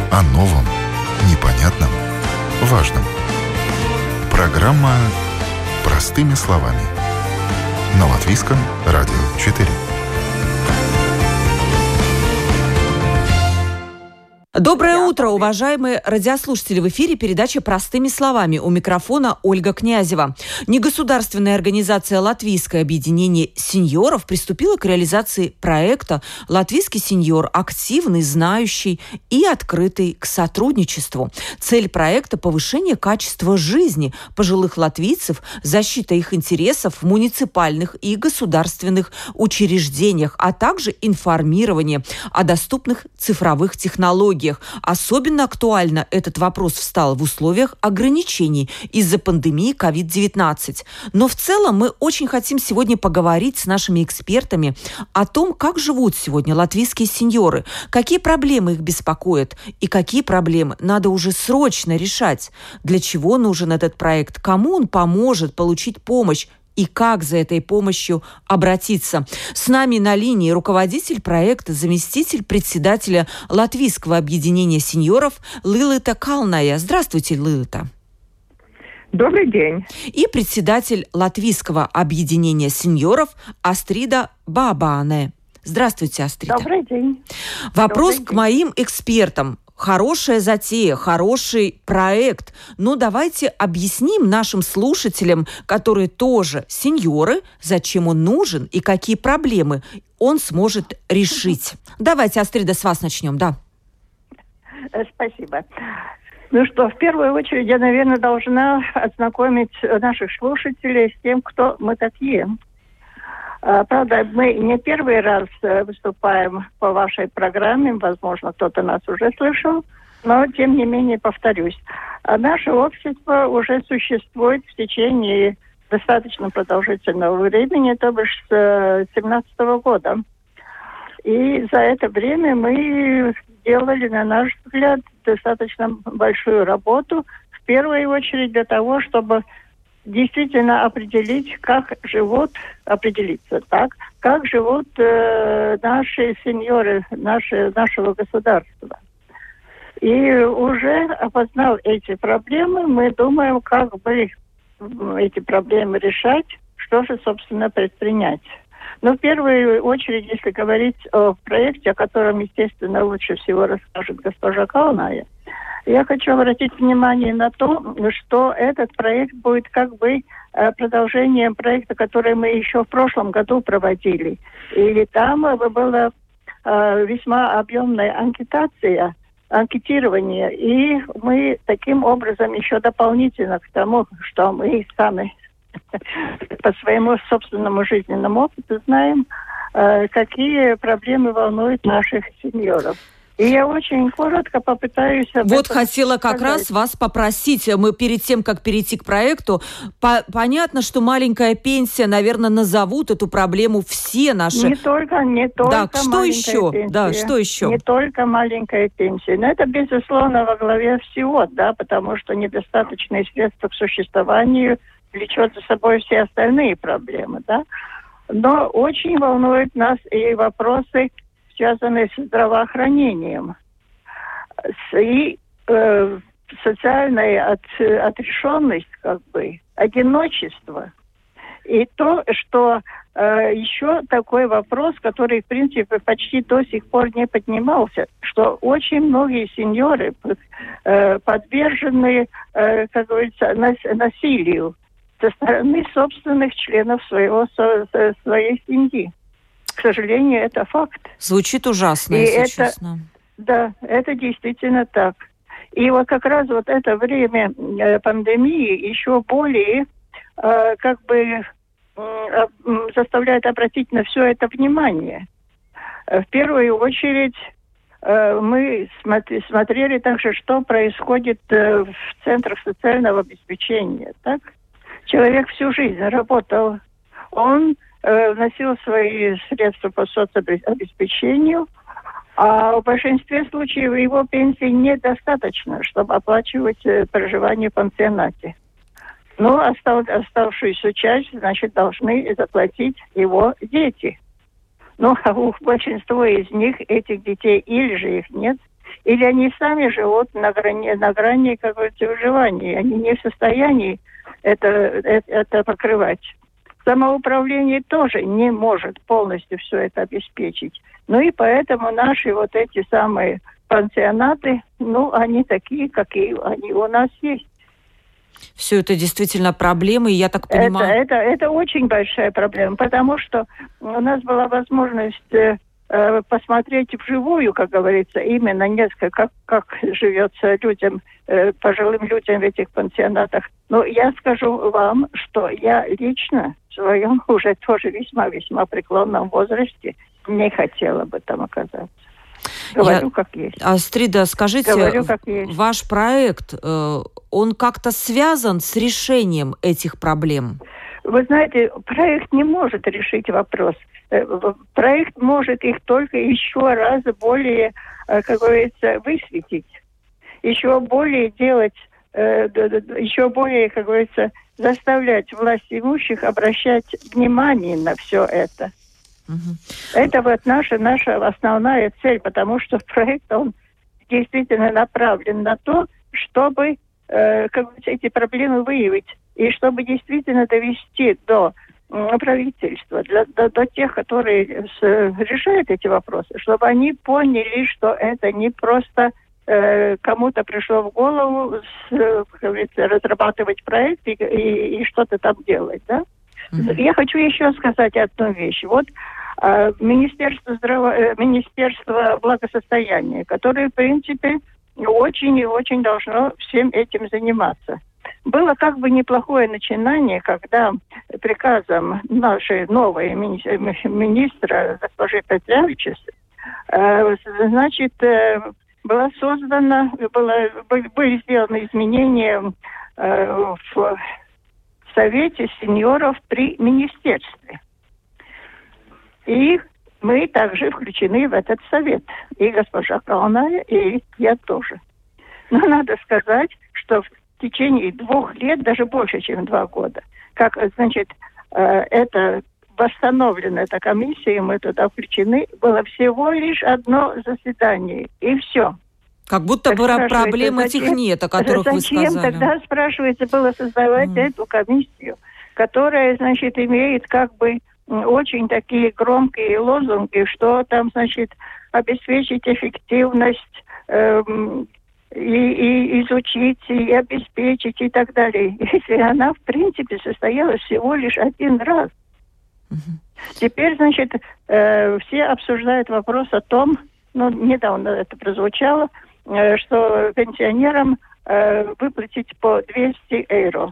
О новом, непонятном, важном. Программа «Простыми словами» на Латвийском радио 4. Доброе утро, уважаемые радиослушатели! В эфире передача «Простыми словами». У микрофона Ольга Князева. Негосударственная организация «Латвийское объединение сеньоров» приступила к реализации проекта «Латвийский сеньор. Активный, знающий и открытый к сотрудничеству». Цель проекта – повышение качества жизни пожилых латвийцев, защита их интересов в муниципальных и государственных учреждениях, а также информирование о доступных цифровых технологиях. Особенно актуально этот вопрос встал в условиях ограничений из-за пандемии COVID-19. Но в целом мы очень хотим сегодня поговорить с нашими экспертами о том, как живут сегодня латвийские сеньоры, какие проблемы их беспокоят и какие проблемы надо уже срочно решать. Для чего нужен этот проект, кому он поможет получить помощь, и как за этой помощью обратиться. С нами на линии руководитель проекта, заместитель председателя Латвийского объединения сеньоров Лилита Калная. Здравствуйте, Лилита. Добрый день. И председатель Латвийского объединения сеньоров Астрида Бабане. Здравствуйте, Астрида. Добрый день. Вопрос Добрый к моим экспертам. Хорошая затея, хороший проект. Но давайте объясним нашим слушателям, которые тоже сеньоры, зачем он нужен и какие проблемы он сможет решить. Давайте, Астрида, с вас начнем, да. Спасибо. Ну что, в первую очередь я, наверное, должна ознакомить наших слушателей с тем, кто мы такие. Правда, мы не первый раз выступаем по вашей программе, возможно, кто-то нас уже слышал, но, тем не менее, повторюсь. Наше общество уже существует в течение достаточно продолжительного времени, то бишь с 2017 года. И за это время мы сделали, на наш взгляд, достаточно большую работу, в первую очередь для того, чтобы действительно определиться, как живут наши сеньоры нашего государства. И уже опознав эти проблемы, мы думаем, как бы эти проблемы решать, что же, собственно, предпринять. Но в первую очередь, если говорить о проекте, о котором, естественно, лучше всего расскажет госпожа Калная, я хочу обратить внимание на то, что этот проект будет как бы продолжением проекта, который мы еще в прошлом году проводили. И там была весьма объемная анкетирование. И мы таким образом еще дополнительно к тому, что мы сами по своему собственному жизненному опыту знаем, какие проблемы волнуют наших сеньоров. И я очень коротко попытаюсь... Вот хотела как раз вас попросить, мы перед тем, как перейти к проекту, понятно, что маленькая пенсия, наверное, назовут эту проблему все наши... Не только да, что еще? Пенсия. Да, что еще? Не только маленькая пенсия. Но это, безусловно, во главе всего, да, потому что недостаточные средства к существованию влечет за собой все остальные проблемы, да. Но очень волнуют нас и вопросы, связанные с здравоохранением, и социальная отрешенность, как бы, одиночество. И то, что еще такой вопрос, который, в принципе, почти до сих пор не поднимался, что очень многие сеньоры подвержены, как говорится, насилию со стороны собственных членов своей семьи. К сожалению, это факт. Звучит ужасно, если честно. Да, это действительно так. И вот как раз вот это время пандемии еще более заставляет обратить на все это внимание. В первую очередь мы смотрели также, что происходит в центрах социального обеспечения. Так? Человек всю жизнь работал, он вносил свои средства по соцобеспечению, а в большинстве случаев его пенсии недостаточно, чтобы оплачивать проживание в пансионате. Но оставшуюся часть, значит, должны заплатить его дети. Ну, а у большинства из них, этих детей, или же их нет, Или они сами живут на грани какого-то выживания. Они не в состоянии это покрывать. Самоуправление тоже не может полностью все это обеспечить. Ну и поэтому наши вот эти самые пансионаты, они такие, какие они у нас есть. Все это действительно проблемы, и я так понимаю... Это очень большая проблема, потому что у нас была возможность посмотреть вживую, как говорится, именно несколько, как живется людям, пожилым людям в этих пансионатах. Но я скажу вам, что я лично в своем уже тоже весьма-весьма преклонном возрасте не хотела бы там оказаться. Говорю, как есть. Астрида, скажите, Говорю, как есть. Ваш проект, он как-то связан с решением этих проблем? Вы знаете, проект не может решить вопрос. Проект может их только еще раз более, как говорится, высветить. Еще более делать, еще более, как говорится, заставлять власть имущих обращать внимание на все это. Это вот наша основная цель, потому что проект, он действительно направлен на то, чтобы эти проблемы выявить и чтобы действительно довести до правительства, до тех, которые решают эти вопросы, чтобы они поняли, что это не просто кому-то пришло в голову как говорится, разрабатывать проект и что-то там делать, да? Я хочу еще сказать одну вещь. Вот Министерство благосостояния, которое, в принципе, очень и очень должно всем этим заниматься. Было как бы неплохое начинание, когда приказом нашей новой министра, госпожи Петрявичес, были сделаны изменения в Совете сеньоров при министерстве. И мы также включены в этот совет. И госпожа Калная, и я тоже. Но надо сказать, что в течение 2 лет, даже больше, чем 2 года, как, это восстановлена эта комиссия, мы туда включены, было всего лишь одно заседание, и все. Как будто бы проблем этих нет, о которых вы сказали. Зачем тогда, спрашивается, было создавать эту комиссию, которая, имеет как бы очень такие громкие лозунги, что там, обеспечить эффективность и изучить, и обеспечить, и так далее. Если она, в принципе, состоялась всего лишь 1 раз. Теперь, все обсуждают вопрос о том, недавно это прозвучало, что пенсионерам выплатить по 200 евро.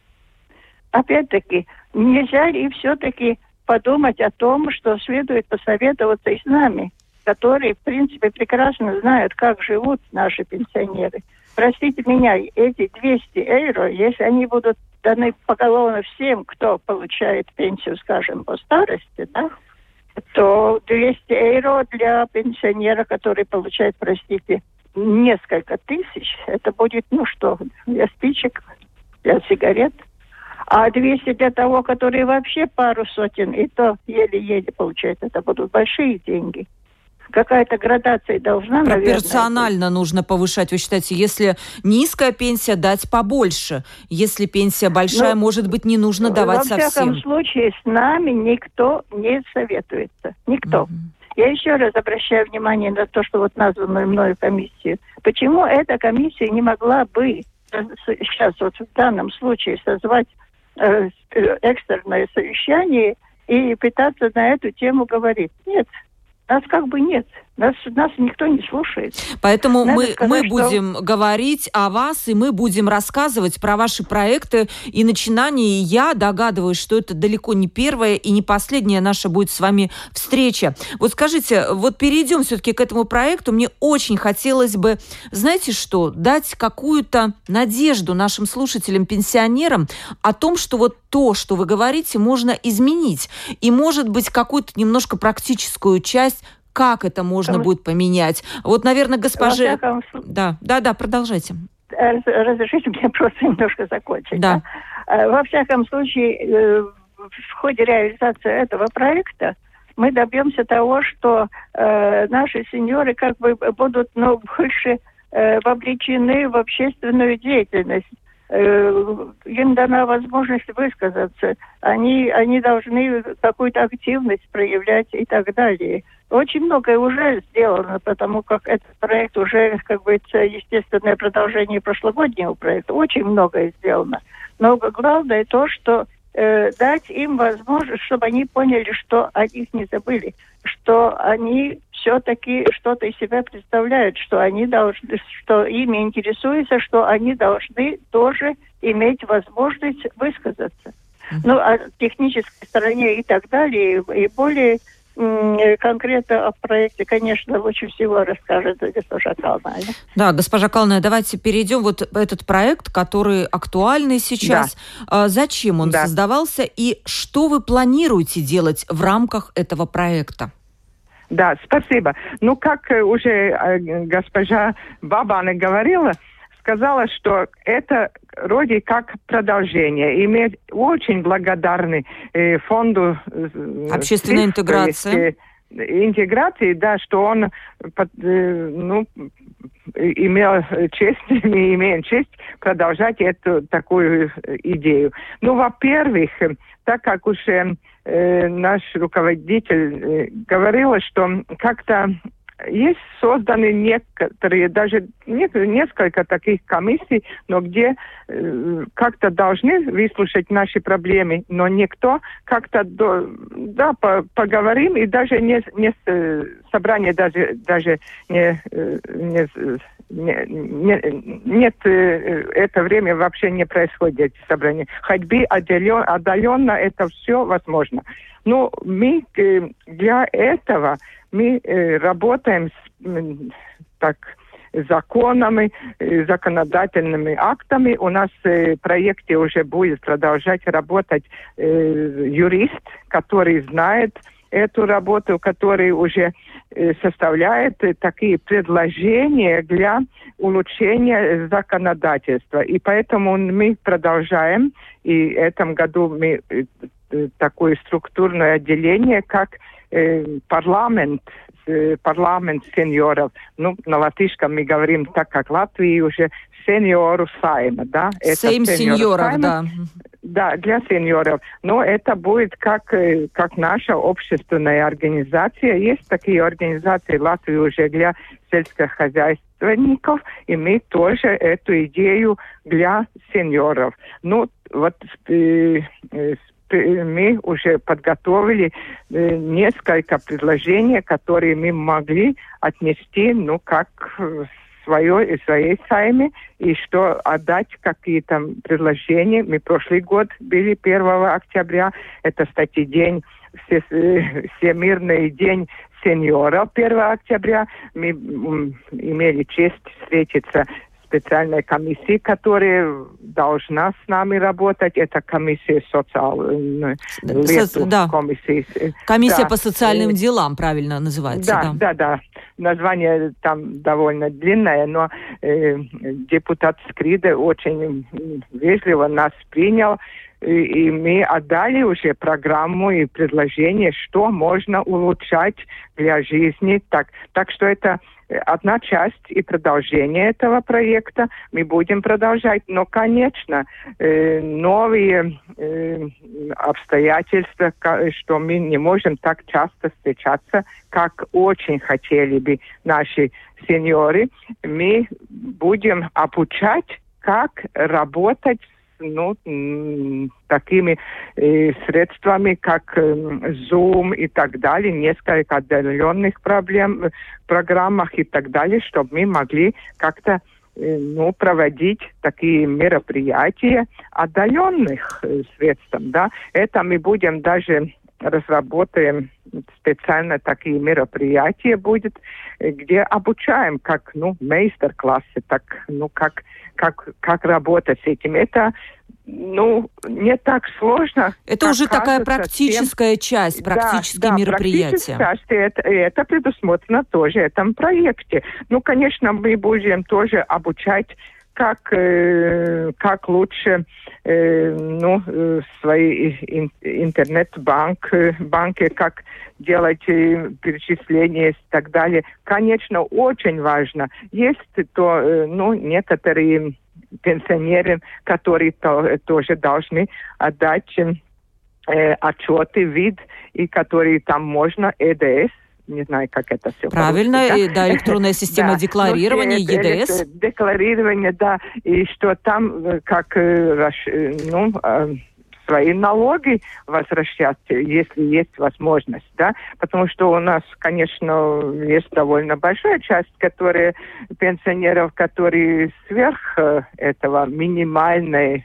Опять-таки, нельзя ли все-таки подумать о том, что следует посоветоваться и с нами, которые, в принципе, прекрасно знают, как живут наши пенсионеры. Простите меня, эти 200 евро, если они будут даны поголовно всем, кто получает пенсию, скажем, по старости, да, то 200 евро для пенсионера, который получает, несколько тысяч, это будет, для спичек, для сигарет. А 200 для того, который вообще пару сотен, и то еле-еле получает, это будут большие деньги. Какая-то градация должна, пропорционально нужно повышать. Вы считаете, если низкая пенсия, дать побольше? Если пенсия большая, может быть, не нужно давать совсем? Во всяком случае, с нами никто не советуется. Никто. Я еще раз обращаю внимание на то, что названную мною комиссию. Почему эта комиссия не могла бы сейчас в данном случае созвать экстренное совещание и пытаться на эту тему говорить? Нет. Нас как бы нет. Нас никто не слушает. Поэтому мы будем говорить о вас, и мы будем рассказывать про ваши проекты и начинания. И я догадываюсь, что это далеко не первая и не последняя наша будет с вами встреча. Вот скажите, перейдем все-таки к этому проекту. Мне очень хотелось бы, знаете что, дать какую-то надежду нашим слушателям-пенсионерам о том, что то, что вы говорите, можно изменить. И, может быть, какую-то немножко практическую часть, как это можно будет поменять. Наверное, госпожи... Да, продолжайте. Разрешите мне просто немножко закончить. Да. Во всяком случае, в ходе реализации этого проекта мы добьемся того, что наши сеньоры как бы будут больше вовлечены в общественную деятельность. Им дана возможность высказаться. Они должны какую-то активность проявлять и так далее. Очень многое уже сделано, потому как этот проект уже, как бы, естественное продолжение прошлогоднего проекта. Очень многое сделано. Но главное то, что дать им возможность, чтобы они поняли, что о них не забыли, что они все-таки что-то из себя представляют, что они должны, что ими интересуется, что они должны тоже иметь возможность высказаться. Ну, о технической стороне и так далее, и более конкретно о проекте, конечно, лучше всего расскажет госпожа Калная. Да, госпожа Калная, давайте перейдем. Вот этот проект, который актуальный сейчас. Да. Зачем он создавался и что вы планируете делать в рамках этого проекта? Да, спасибо. Ну, как уже госпожа Бабана говорила, сказала, что это вроде как продолжение. И мы очень благодарны фонду общественной интеграции. Интеграции, да, что он имел честь, мы имеем честь продолжать эту такую идею. Ну, во-первых, так как уже наш руководитель говорила, что как-то есть созданы некоторые, даже несколько таких комиссий, но где как-то должны выслушать наши проблемы, но никто как-то поговорим, и даже не собрание даже нет, это время вообще не происходит, собрание. Хоть бы отдаленно это все возможно. Но мы для этого мы работаем с законами, законодательными актами. У нас в проекте уже будет продолжать работать юрист, который знает эту работу, который уже составляет такие предложения для улучшения законодательства. И поэтому мы продолжаем, и в этом году мы такое структурное отделение, как парламент сеньоров. Ну, на латышском мы говорим так, как Латвии уже сеньору сайма, да? Сейм сеньоров, да. Да, для сеньоров. Но это будет как наша общественная организация. Есть такие организации в Латвии уже для сельскохозяйственников, и мы тоже эту идею для сеньоров. Ну, вот мы уже подготовили несколько предложений, которые мы могли отнести, как своей сайме, и что отдать какие-то предложения. Мы прошлый год были 1 октября, это, кстати, Всемирный день сеньоров 1 октября. Мы имели честь встретиться специальной комиссии, которая должна с нами работать. Это комиссия социальной комиссии. Комиссия по социальным делам, правильно называется. Да. Название там довольно длинное, но депутат Скриде очень вежливо нас принял. И мы отдали уже программу и предложение, что можно улучшать для жизни. Так что это одна часть и продолжение этого проекта. Мы будем продолжать. Но, конечно, новые обстоятельства, что мы не можем так часто встречаться, как очень хотели бы наши сеньоры, мы будем обучать, как работать такими средствами, как Zoom и так далее, несколько отдаленных программах и так далее, чтобы мы могли как-то проводить такие мероприятия отдаленных средством, да. Это мы будем даже разработаем специально такие мероприятия будет, где обучаем как мастер-классы, как работать с этим. Это не так сложно. Это уже такая практическая часть, практические мероприятия. Это предусмотрено тоже в этом проекте. Конечно, мы будем тоже обучать, как лучше свои интернет-банки, как делать перечисления и так далее. Конечно, очень важно. Есть некоторые пенсионеры, которые тоже должны отдать отчеты, вид, и которые там можно, ЕДС, не знаю, как это все. Правильно, да, электронная система декларирования, ЕДС. Декларирование, да, и что там как, свои налоги возвращать, если есть возможность, да, потому что у нас, конечно, есть довольно большая часть, пенсионеров, которые сверх этого минимальной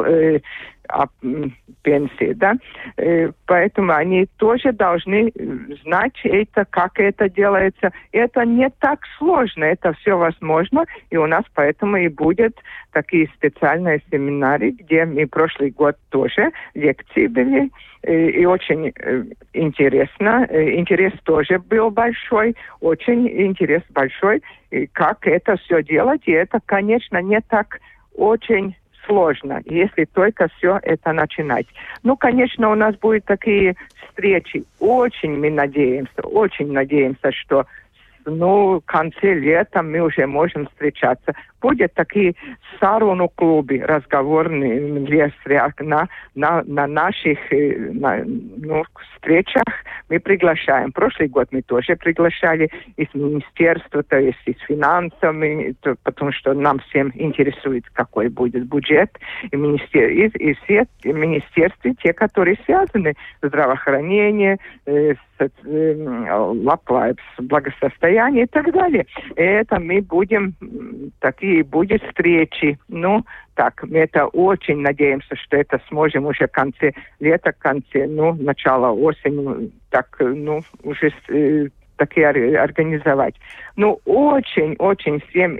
пенсии, да, поэтому они тоже должны знать как это делается. Это не так сложно, это все возможно, и у нас поэтому и будет такие специальные семинары, где мы прошлый год тоже лекции были, и очень интересно. Интерес тоже был большой, очень интерес большой, как это все делать, и это, конечно, не так очень сложно, если только все это начинать. Конечно, у нас будут такие встречи. Очень надеемся, что в конце лета мы уже можем встречаться. Будут такие саруну клубы, разговорные на наших встречах. Мы приглашаем. Прошлый год мы тоже приглашали из министерства, то есть из финансами, потому что нам всем интересует, какой будет бюджет. И все министерства, те, которые связаны с здравоохранением, с благосостоянием и так далее. И это мы будем будет встречи. Мы это очень надеемся, что это сможем уже в конце лета, начало осени, уже такие организовать. Очень всем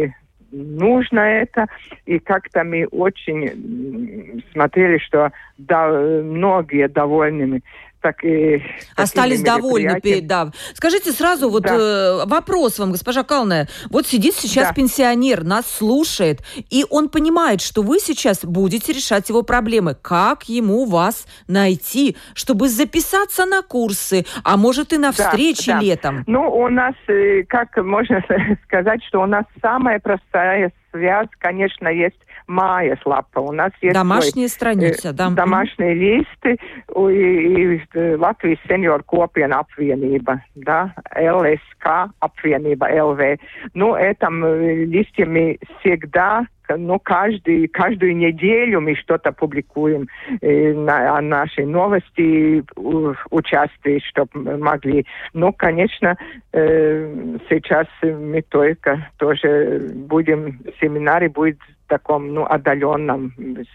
нужно это, и как-то мы очень смотрели, что многие довольны. Остались довольны, да. Скажите сразу, вопрос вам, госпожа Калная. Вот сидит сейчас пенсионер, нас слушает, и он понимает, что вы сейчас будете решать его проблемы. Как ему вас найти, чтобы записаться на курсы, а может и на встречи летом? У нас, как можно сказать, что у нас самая простая связь, конечно, есть mājaslapa. У нас есть домашняя страница, да. Домашние листы и Латвijas senioru kopiena apvienība, да, ЛСК apvienība, ЛВ. Этом листе мы всегда, каждую неделю мы что-то публикуем на нашей новости, участвовать, чтобы могли. Конечно, сейчас мы только тоже будем, семинары будет в таком, отдаленном.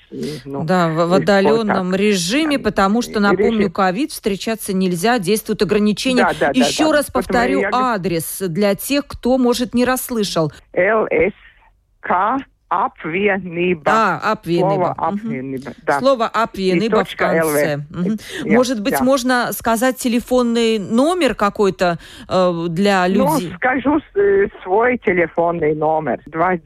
В отдаленном режиме, потому что, напомню, ковид, встречаться нельзя, действуют ограничения. Еще раз повторю адрес для тех, кто, может, не расслышал. ЛСК Apvienība. Apvienība. Слово apvienība в конце. Может быть, можно сказать телефонный номер какой-то для людей? Скажу свой телефонный номер.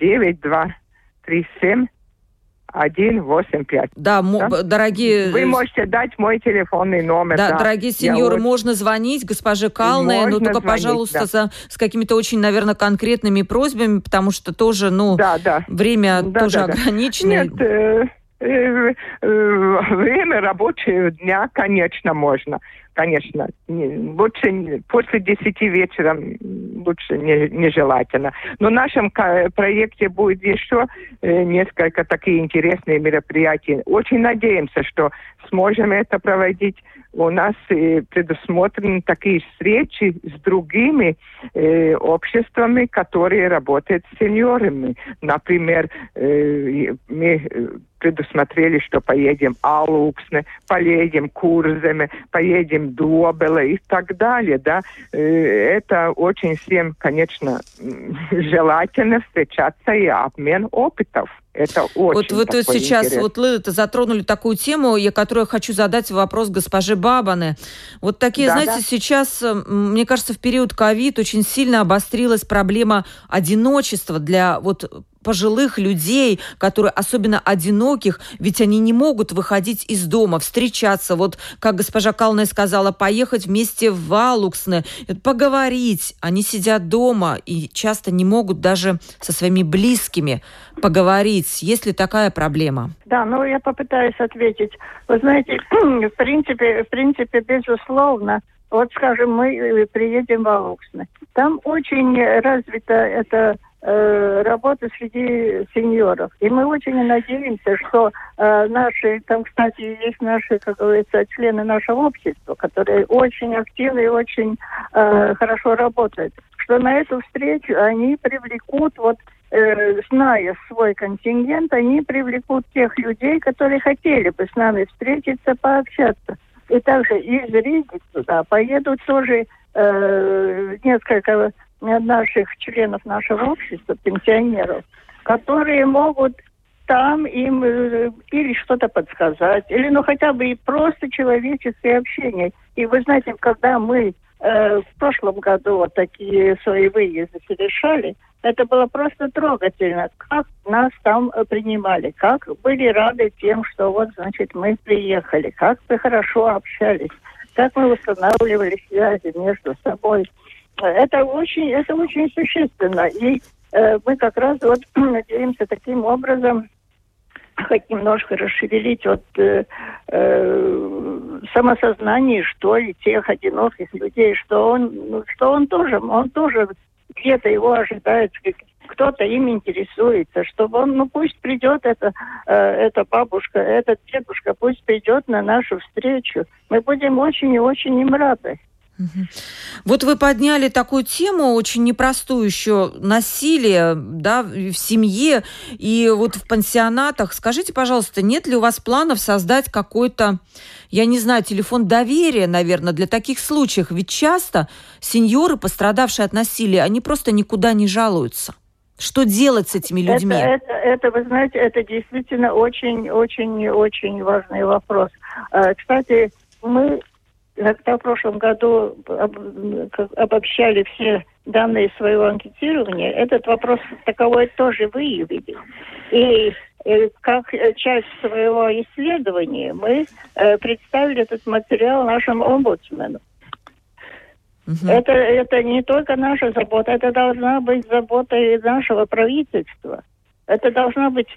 29237-185. Дорогие... Вы можете дать мой телефонный номер. Дорогие сеньоры, можно звонить госпоже Калной, но только, пожалуйста, с какими-то очень, наверное, конкретными просьбами, потому что тоже, время тоже ограничено. Нет, время рабочего дня, конечно, можно. Конечно, лучше после 10 вечера лучше нежелательно. Но в нашем проекте будет еще несколько таких интересных мероприятий. Очень надеемся, что сможем это проводить. У нас предусмотрены такие встречи с другими обществами, которые работают с сеньорами. Например, мы предусмотрели, что поедем Алūksne, поедем Курземе, поедем Добеле и так далее, да. Это очень всем, конечно, желательно встречаться и обмен опытов. Это очень вы тут сейчас затронули такую тему, которую я хочу задать вопрос госпоже Бабане. Знаете, сейчас, мне кажется, в период ковид очень сильно обострилась проблема одиночества для пожилых людей, которые особенно одиноких, ведь они не могут выходить из дома, встречаться, вот как госпожа Калная сказала, поехать вместе в Валуксне, поговорить. Они сидят дома и часто не могут даже со своими близкими поговорить. Есть ли такая проблема? Да, я попытаюсь ответить. Вы знаете, в принципе, безусловно, вот, скажем, мы приедем в Валуксне. Там очень развита эта работа среди сеньоров. И мы очень надеемся, что наши, там, кстати, есть наши, как говорится, члены нашего общества, которые очень активны и очень хорошо работают, что на эту встречу они привлекут, зная свой контингент, они привлекут тех людей, которые хотели бы с нами встретиться, пообщаться. И также из Риги туда поедут тоже несколько наших членов нашего общества, пенсионеров, которые могут там им или что-то подсказать, или хотя бы и просто человеческое общение. И вы знаете, когда мы в прошлом году такие свои выезды совершали, это было просто трогательно, как нас там принимали, как были рады тем, что мы приехали, как мы хорошо общались, как мы устанавливали связи между собой. Это очень существенно. И мы как раз надеемся таким образом хоть немножко расшевелить самосознание, что ли, тех одиноких людей, что он тоже где-то его ожидает, кто-то им интересуется, чтобы он, пусть придет эта бабушка, этот дедушка, пусть придет на нашу встречу. Мы будем очень и очень им рады. Вот вы подняли такую тему, очень непростую еще, насилие, да, в семье и в пансионатах. Скажите, пожалуйста, нет ли у вас планов создать какой-то, я не знаю, телефон доверия, наверное, для таких случаев? Ведь часто сеньоры, пострадавшие от насилия, они просто никуда не жалуются. Что делать с этими людьми? Это, вы знаете, это действительно очень важный вопрос. Кстати, мы когда в прошлом году обобщали все данные своего анкетирования, этот вопрос таковой тоже выявили. И как часть своего исследования мы представили этот материал нашему омбудсмену. Это не только наша забота, это должна быть забота и нашего правительства. Это должно быть,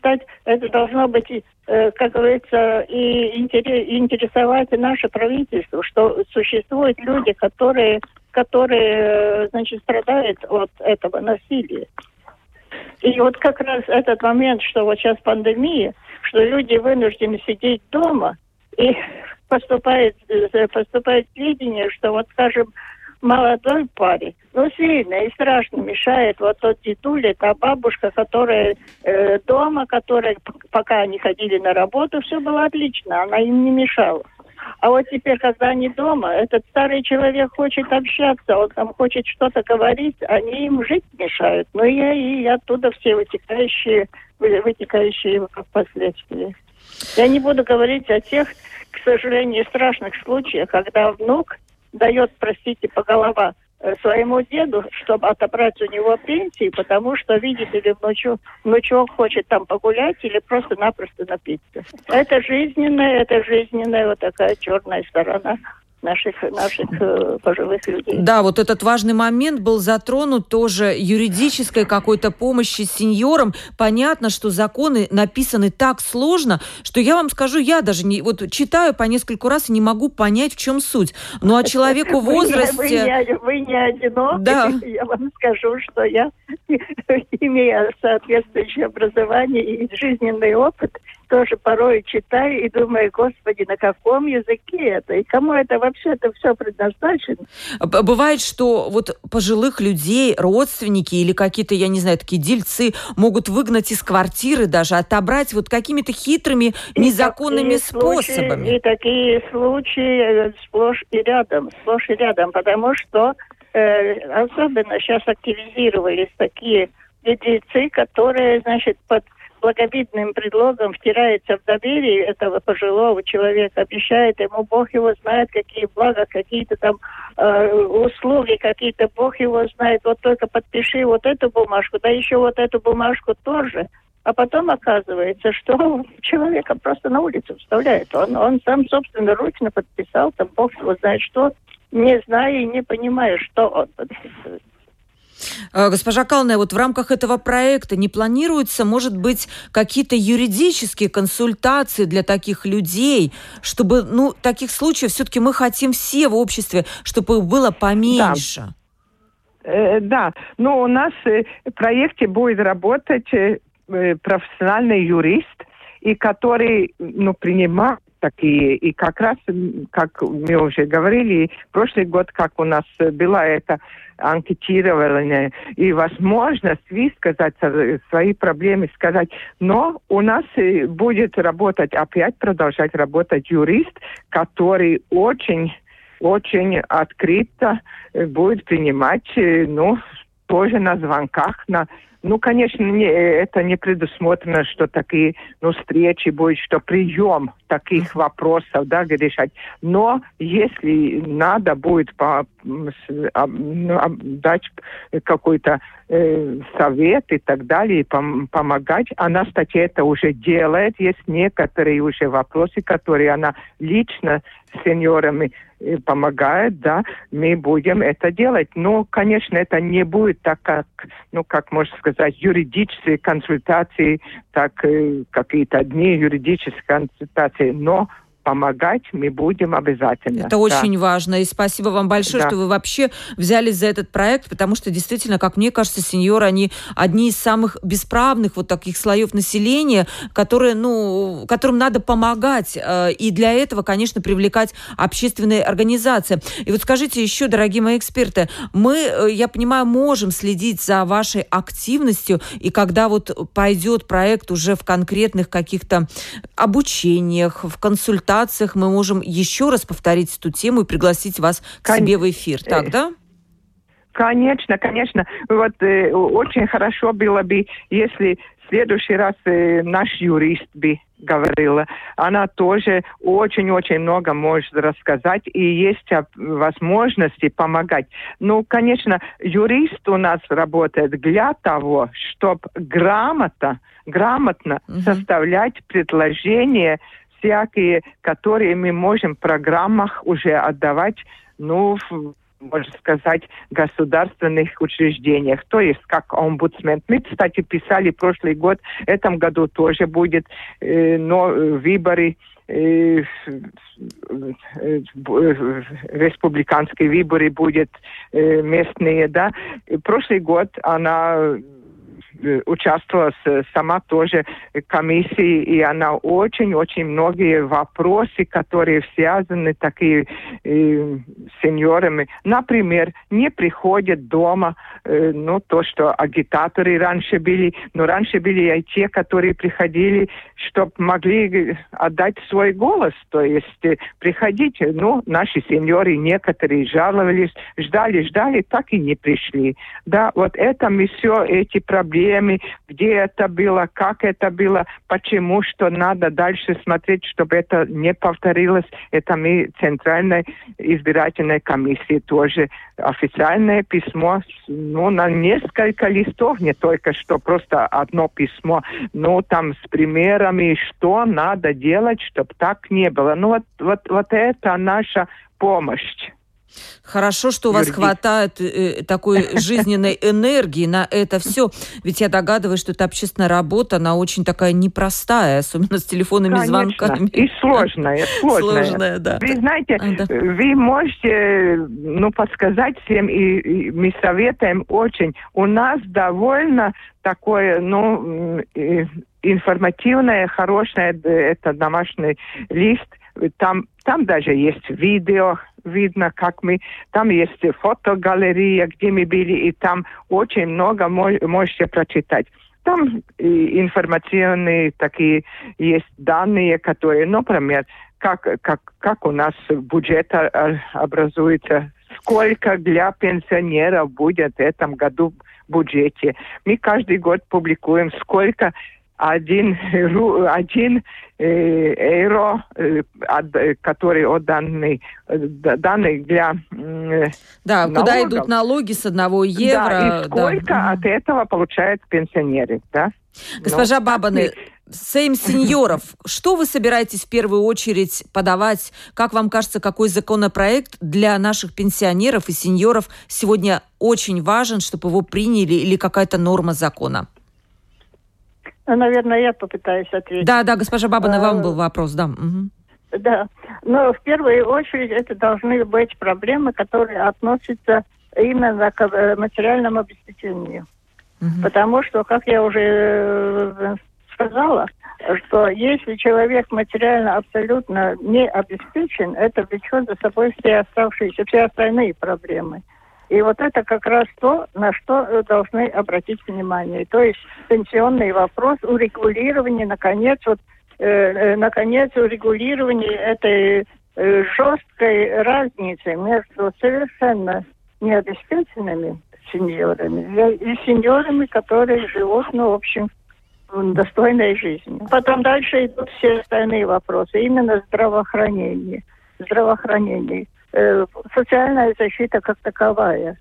как говорится, и интересовать наше правительство, что существуют люди, которые страдают от этого насилия. И как раз этот момент, что сейчас пандемия, что люди вынуждены сидеть дома, и поступает сведения, что скажем, молодой паре, сильно и страшно мешает тот дедуля, та бабушка, которая дома, которая, пока они ходили на работу, все было отлично, она им не мешала. А теперь, когда они дома, этот старый человек хочет общаться, он там хочет что-то говорить, они им жить мешают. И оттуда все вытекающие последствия. Я не буду говорить о тех, к сожалению, страшных случаях, когда внук дает, простите, по голова своему деду, чтобы отобрать у него пенсии, потому что, видите ли, внучок хочет там погулять или просто-напросто напиться. Это жизненная такая черная сторона наших пожилых людей. Да, этот важный момент был затронут тоже юридической какой-то помощи сеньорам. Понятно, что законы написаны так сложно, что я вам скажу, я даже не читаю по нескольку раз и не могу понять, в чем суть. Ну, а человеку в возрасте... Вы не одиноки. Да. Я вам скажу, что я, имея соответствующее образование и жизненный опыт, тоже порой читаю и думаю, Господи, на каком языке это? И кому это вообще-то все предназначено? Бывает, что пожилых людей, родственники или какие-то, я не знаю, такие дельцы могут выгнать из квартиры даже, отобрать какими-то хитрыми, незаконными способами. И такие случаи сплошь и рядом, потому что особенно сейчас активизировались такие дельцы, которые, благовидным предлогом втирается в доверие этого пожилого человека, обещает ему, Бог его знает, какие блага, какие-то там услуги, какие-то, Бог его знает, вот только подпиши вот эту бумажку, да еще вот эту бумажку тоже. А потом оказывается, что человека просто на улицу вставляет. Он сам собственноручно подписал, там Бог его знает что, не зная и не понимая, что он подписывает. Госпожа Калная, вот в рамках этого проекта не планируется, может быть, какие-то юридические консультации для таких людей, чтобы, таких случаев все-таки мы хотим все в обществе, чтобы их было поменьше? Да, у нас в проекте будет работать профессиональный юрист, и который, принимает такие, и как раз, как мы уже говорили, прошлый год, как у нас было это анкетирование, и возможность высказать свои проблемы, сказать, но у нас будет работать, опять продолжать работать юрист, который очень открыто будет принимать, тоже на звонках, конечно, это не предусмотрено, что такие, встречи будет, что прием таких вопросов, решать. Но если надо будет дать какой-то совет и так далее, помогать, она, кстати, это уже делает. Есть некоторые уже вопросы, которые она лично с сеньорами помогает, мы будем это делать. Но, конечно, это не будет так, как можно сказать, юридические консультации, так какие-то дни юридические консультации, но помогать мы будем обязательно. Это очень важно. И спасибо вам большое, что вы вообще взялись за этот проект, потому что действительно, как мне кажется, сеньоры, они одни из самых бесправных вот таких слоев населения, которым надо помогать. И для этого, конечно, привлекать общественные организации. И вот скажите еще, дорогие мои эксперты, мы, я понимаю, можем следить за вашей активностью, и когда вот пойдет проект уже в конкретных каких-то обучениях, в консультациях, мы можем еще раз повторить эту тему и пригласить вас к себе в эфир. Так, да? Конечно. Вот очень хорошо было бы, если в следующий раз наш юрист бы говорила. Она тоже очень-очень много может рассказать, и есть возможности помогать. Конечно, юрист у нас работает для того, чтобы грамотно составлять предложения всякие, которые мы можем в программах уже отдавать, можно сказать, государственных учреждениях. То есть, как омбудсмен. Мы, кстати, писали прошлый год, в этом году тоже будет, выборы, республиканские выборы будут местные, Прошлый год она участвовала сама тоже в комиссии, и она очень-очень многие вопросы, которые связаны такие сеньорами. Например, не приходят дома, то, что агитаторы раньше были, но раньше были и те, которые приходили, чтобы могли отдать свой голос, то есть приходить. Наши сеньоры некоторые жаловались, ждали, так и не пришли. Вот это мы все эти проблемы, где это было, как это было, почему, что надо дальше смотреть, чтобы это не повторилось. Это мы Центральной избирательной комиссии тоже официальное письмо, на несколько листов, не только что просто одно письмо, там с примерами, что надо делать, чтобы так не было. Вот это наша помощь. Хорошо, что у вас хватает такой жизненной энергии на это все. Ведь я догадываюсь, что эта общественная работа, она очень такая непростая, особенно с телефонными звонками. И сложная. Сложная, да. Вы знаете, вы можете подсказать всем, и мы советуем очень. У нас довольно такое, информативное, хорошее, это домашний лист. Там даже есть видео, видно, как мы... Там есть фотогалерея, где мы были, и там очень много можете прочитать. Там информационные такие есть данные, которые, например, как у нас бюджет образуется, сколько для пенсионеров будет в этом году в бюджете. Мы каждый год публикуем, сколько 1 евро, который отданный для Да, налогов. куда идут налоги с 1 евро. Да, и сколько от этого получают пенсионеры, да? Госпожа Бабаны, Сейм сеньоров, что вы собираетесь в первую очередь подавать? Как вам кажется, какой законопроект для наших пенсионеров и сеньоров сегодня очень важен, чтобы его приняли, или какая-то норма закона? Наверное, я попытаюсь ответить. Да, госпожа Бабана, вам был вопрос, да. Угу. Да, но в первую очередь это должны быть проблемы, которые относятся именно к материальному обеспечению. Угу. Потому что, как я уже сказала, что если человек материально абсолютно не обеспечен, это влечет за собой все остальные проблемы. И вот это как раз то, на что должны обратить внимание. То есть пенсионный вопрос, урегулирование, наконец, урегулирование этой жесткой разницы между совершенно необеспеченными сеньорами и сеньорами, которые живут, в общем, достойной жизнью. Потом дальше идут все остальные вопросы, именно здравоохранение, социальная защита как таковая.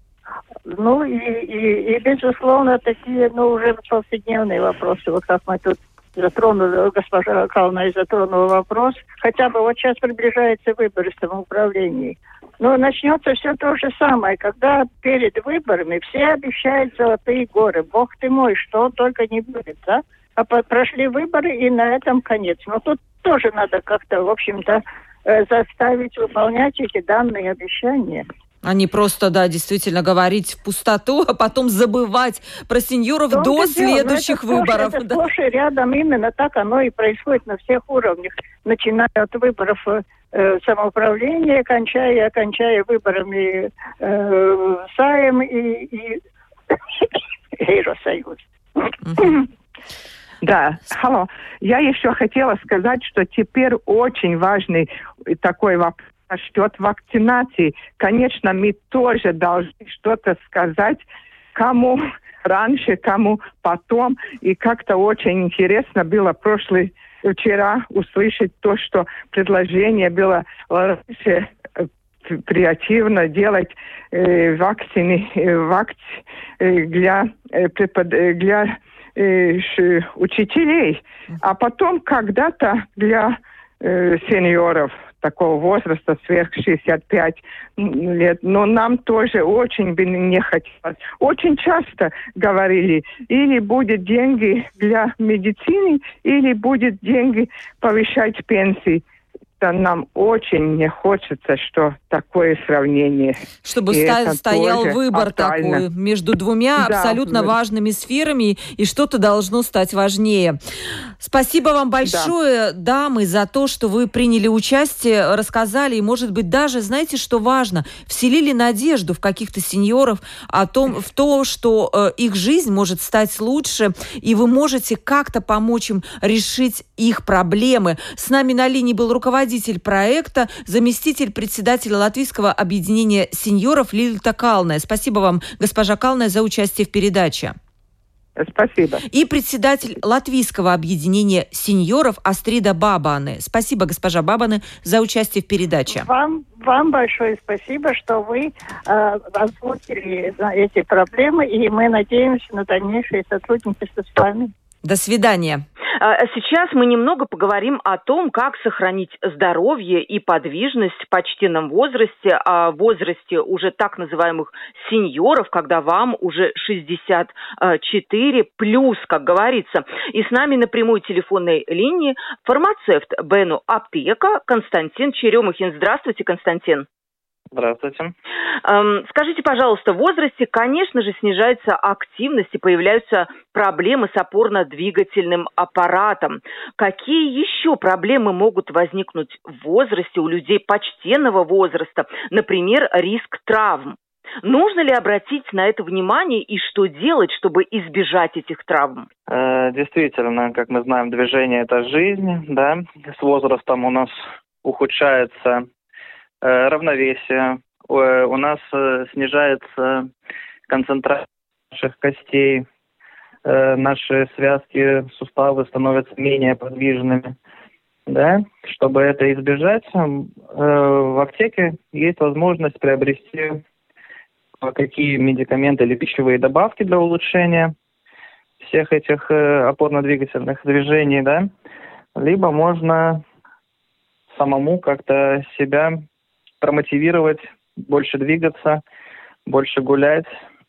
И безусловно, такие, уже повседневные вопросы, вот как мы тут затронули, госпожа Кална затронула вопрос, хотя бы вот сейчас приближаются выборы в самоуправлении. Но начнется все то же самое, когда перед выборами все обещают золотые горы. Бог ты мой, что только не будет, да? А прошли выборы, и на этом конец. Но тут тоже надо как-то, в общем-то, заставить выполнять эти данные обещания. А не просто, действительно говорить в пустоту, а потом забывать про сеньоров до следующих выборов. Это сплошь и рядом именно так оно и происходит на всех уровнях, начиная от выборов самоуправления, кончая выборами Сайм и Евросоюз. Да, алло. Я еще хотела сказать, что теперь очень важный такой вопрос насчет вакцинации. Конечно, мы тоже должны что-то сказать, кому раньше, кому потом. И как-то очень интересно было вчера услышать то, что предложение было раньше креативно делать вакцины для учителей, а потом когда-то для сеньоров такого возраста, сверх 65 лет. Но нам тоже очень бы не хотелось. Очень часто говорили, или будет деньги для медицины, или будет деньги повышать пенсии. Нам очень не хочется, что такое сравнение. Чтобы стоял выбор актуально. Такой между двумя абсолютно важными сферами, и что-то должно стать важнее. Спасибо вам большое, дамы, за то, что вы приняли участие, рассказали, и, может быть, даже, знаете, что важно, вселили надежду в каких-то сеньоров в то, что их жизнь может стать лучше, и вы можете как-то помочь им решить их проблемы. С нами на линии был руководитель проекта, заместитель председателя Латвийского объединения сеньоров Лилита Калная. Спасибо вам, госпожа Калная, за участие в передаче. Спасибо. И председатель Латвийского объединения сеньоров Астрида Бабаны. Спасибо, госпожа Бабаны, за участие в передаче. Вам большое спасибо, что вы озвучили эти проблемы, и мы надеемся на дальнейшее сотрудничество с вами. До свидания. Сейчас мы немного поговорим о том, как сохранить здоровье и подвижность в почтенном возрасте, в возрасте уже так называемых сеньоров, когда вам уже 64 плюс, как говорится. И с нами на прямой телефонной линии фармацевт Бену Аптека Константин Черемухин. Здравствуйте, Константин. Здравствуйте. Скажите, пожалуйста, в возрасте, конечно же, снижается активность и появляются проблемы с опорно-двигательным аппаратом. Какие еще проблемы могут возникнуть в возрасте у людей почтенного возраста? Например, риск травм. Нужно ли обратить на это внимание и что делать, чтобы избежать этих травм? Действительно, как мы знаем, движение – это жизнь, да. С возрастом у нас ухудшается равновесие, у нас снижается концентрация наших костей, наши связки, суставы становятся менее подвижными. Да? Чтобы это избежать, в аптеке есть возможность приобрести какие медикаменты или пищевые добавки для улучшения всех этих опорно-двигательных движений, да? Либо можно самому как-то себя промотивировать, больше двигаться, больше гулять,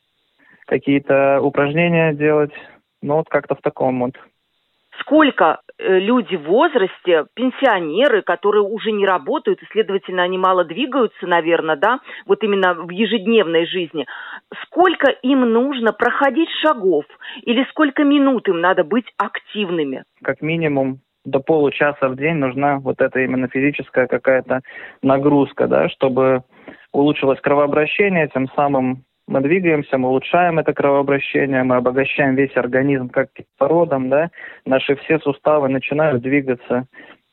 какие-то упражнения делать, ну вот как-то в таком вот. Сколько люди в возрасте, пенсионеры, которые уже не работают, и, следовательно, они мало двигаются, наверное, да, вот именно в ежедневной жизни, сколько им нужно проходить шагов или сколько минут им надо быть активными? Как минимум до получаса в день нужна вот эта именно физическая какая-то нагрузка, да, чтобы улучшилось кровообращение, тем самым мы двигаемся, мы улучшаем это кровообращение, мы обогащаем весь организм как кислородом, да, наши все суставы начинают двигаться,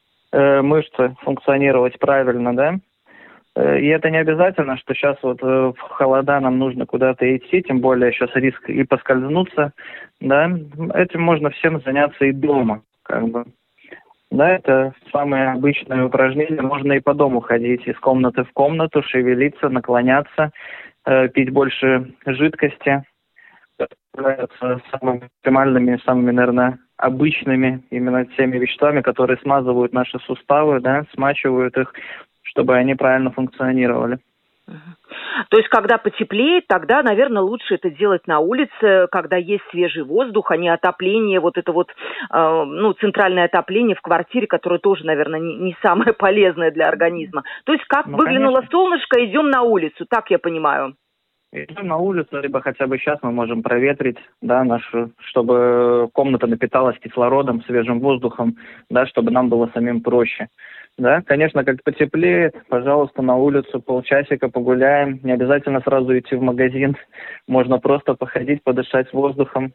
мышцы функционировать правильно, да. И это не обязательно, что сейчас вот в холода нам нужно куда-то идти, тем более сейчас риск и поскользнуться, да. Этим можно всем заняться и дома, как бы. Да, это самое обычное упражнение. Можно и по дому ходить, из комнаты в комнату, шевелиться, наклоняться, пить больше жидкости. Это является самыми оптимальными, самыми, наверное, обычными именно теми веществами, которые смазывают наши суставы, да, смачивают их, чтобы они правильно функционировали. То есть, когда потеплеет, тогда, наверное, лучше это делать на улице, когда есть свежий воздух, а не отопление, вот это вот, центральное отопление в квартире, которое тоже, наверное, не самое полезное для организма. То есть, как выглянуло конечно. Солнышко, идем на улицу, так я понимаю. Идем на улицу, либо хотя бы сейчас мы можем проветрить, да, нашу, чтобы комната напиталась кислородом, свежим воздухом, да, чтобы нам было самим проще. Да, конечно, как потеплеет, пожалуйста, на улицу полчасика погуляем. Не обязательно сразу идти в магазин. Можно просто походить, подышать воздухом.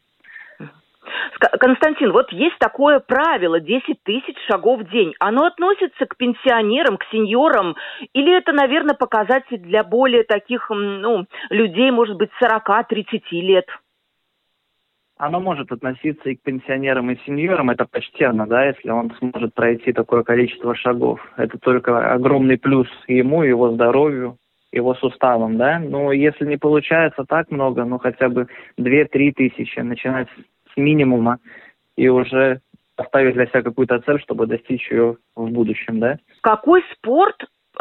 Константин, вот есть такое правило 10 тысяч шагов в день. Оно относится к пенсионерам, к сеньорам? Или это, наверное, показатель для более таких, людей, может быть, 40-30 лет? Оно может относиться и к пенсионерам, и сеньорам. Это почтенно, да, если он сможет пройти такое количество шагов. Это только огромный плюс ему, его здоровью, его суставам, да. Но если не получается так много, хотя бы 2-3 тысячи, начинать с минимума и уже поставить для себя какую-то цель, чтобы достичь ее в будущем, да. Какой спорт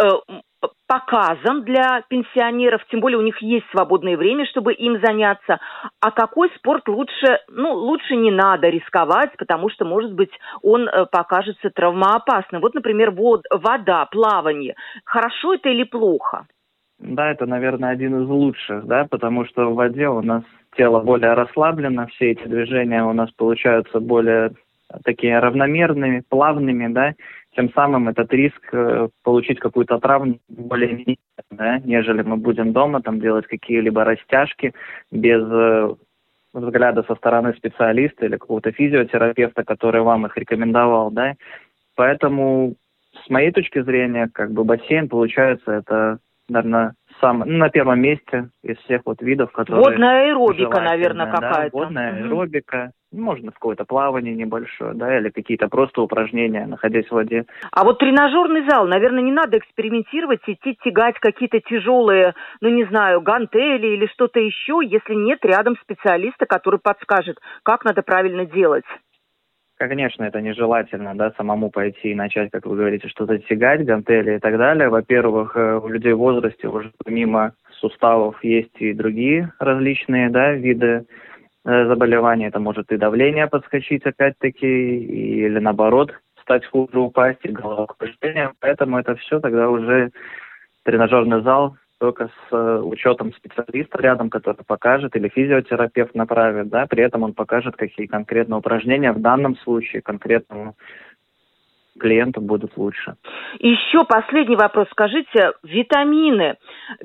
показан для пенсионеров, тем более у них есть свободное время, чтобы им заняться. А какой спорт лучше не надо рисковать, потому что, может быть, он покажется травмоопасным. Вот, например, вода, плавание. Хорошо это или плохо? Да, это, наверное, один из лучших, да, потому что в воде у нас тело более расслаблено, все эти движения у нас получаются более такие равномерными, плавными, да. Тем самым этот риск получить какую-то травму более минимальный, да, нежели мы будем дома там делать какие-либо растяжки без взгляда со стороны специалиста или какого-то физиотерапевта, который вам их рекомендовал, да. Поэтому, с моей точки зрения, бассейн, получается, это, наверное, на первом месте из всех вот видов, которые... Водная аэробика, наверное, какая-то. Да, водная аэробика. Можно какое-то плавание небольшое, да, или какие-то просто упражнения, находясь в воде. А вот тренажерный зал, наверное, не надо экспериментировать, идти тягать какие-то тяжелые, гантели или что-то еще, если нет рядом специалиста, который подскажет, как надо правильно делать. Конечно, это нежелательно, да, самому пойти и начать, как вы говорите, что-то тягать, гантели и так далее. Во-первых, у людей в возрасте уже помимо суставов есть и другие различные, да, виды заболеваний. Это может и давление подскочить опять-таки, или наоборот стать хуже, упасть, и головокружение. Поэтому это все тогда уже тренажерный зал, только с учетом специалиста рядом, который покажет, или физиотерапевт направит, да, при этом он покажет, какие конкретно упражнения в данном случае конкретному клиенту будет лучше. Еще последний вопрос. Скажите, витамины,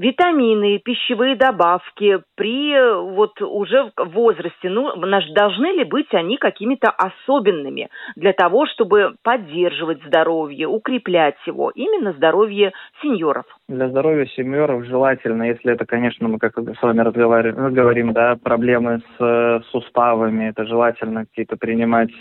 пищевые добавки при уже в возрасте, должны ли быть они какими-то особенными для того, чтобы поддерживать здоровье, укреплять его, именно здоровье сеньоров? Для здоровья сеньоров желательно, если это, конечно, мы как с вами говорим, да, проблемы с суставами, это желательно какие-то принимать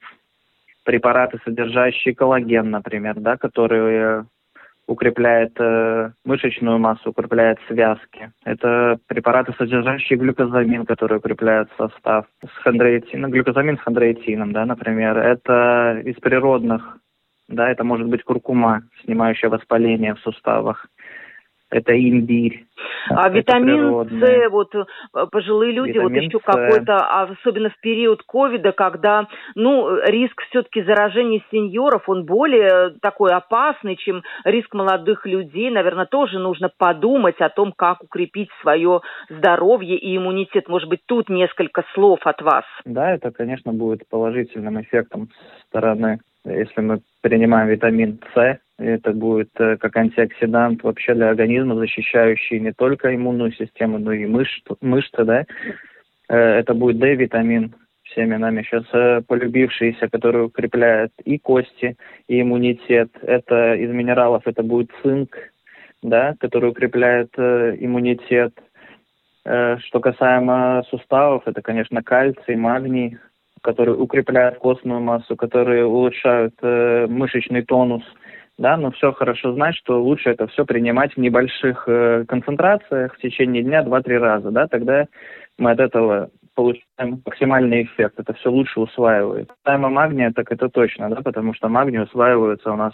препараты, содержащие коллаген, например, да, которые укрепляет мышечную массу, укрепляет связки. Это препараты, содержащие глюкозамин, которые укрепляют состав. Глюкозамин с хондроитином, да, например. Это из природных, да, это может быть куркума, снимающая воспаление в суставах. Это имбирь. А витамин С, пожилые люди, витамин еще какой-то, особенно в период ковида, когда, риск все-таки заражения сеньоров, он более такой опасный, чем риск молодых людей. Наверное, тоже нужно подумать о том, как укрепить свое здоровье и иммунитет. Может быть, тут несколько слов от вас. Да, это, конечно, будет положительным эффектом со стороны, если мы принимаем витамин С. Это будет как антиоксидант вообще для организма, защищающий не только иммунную систему, но и мышцы, да. Это будет D-витамин, всеми нами сейчас полюбившийся, который укрепляет и кости, и иммунитет. Это из минералов, это будет цинк, да, который укрепляет иммунитет. Что касаемо суставов, это, конечно, кальций, магний, которые укрепляют костную массу, которые улучшают мышечный тонус. Да, но все хорошо знать, что лучше это все принимать в небольших концентрациях в течение дня 2-3 раза, да, тогда мы от этого получаем максимальный эффект, это все лучше усваивается. Касаемо магния, так это точно, да, потому что магний усваивается у нас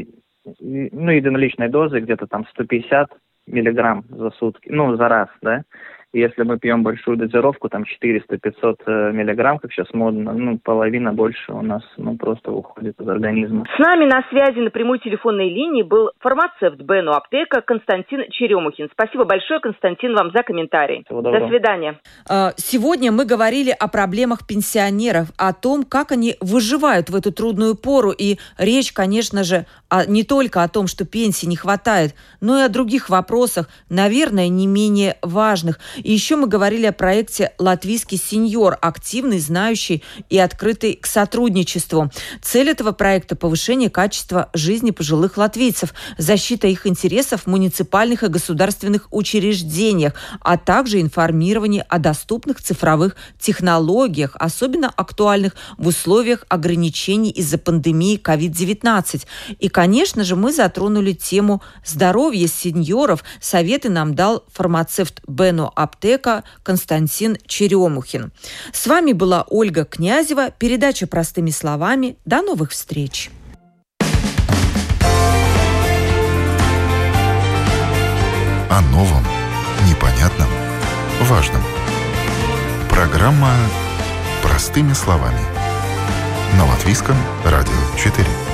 единоличной дозой где-то там 150 миллиграмм за сутки, за раз, да. И если мы пьем большую дозировку, там 400-500 миллиграмм, как сейчас модно, половина больше у нас просто уходит из организма. С нами на связи на прямой телефонной линии был фармацевт Бено Аптека Константин Черемухин. Спасибо большое, Константин, вам за комментарий. Всего доброго. До свидания. Сегодня мы говорили о проблемах пенсионеров, о том, как они выживают в эту трудную пору. И речь, конечно же, не только о том, что пенсии не хватает, но и о других вопросах, наверное, не менее важных. И еще мы говорили о проекте «Латвийский сеньор», активный, знающий и открытый к сотрудничеству. Цель этого проекта – повышение качества жизни пожилых латвийцев, защита их интересов в муниципальных и государственных учреждениях, а также информирование о доступных цифровых технологиях, особенно актуальных в условиях ограничений из-за пандемии COVID-19. И, конечно же, мы затронули тему здоровья сеньоров. Советы нам дал фармацевт Бено Аптека Константин Черемухин. С вами была Ольга Князева. Передача «Простыми словами». До новых встреч. О новом, непонятном, важном. Программа «Простыми словами» на Латвийском радио 4.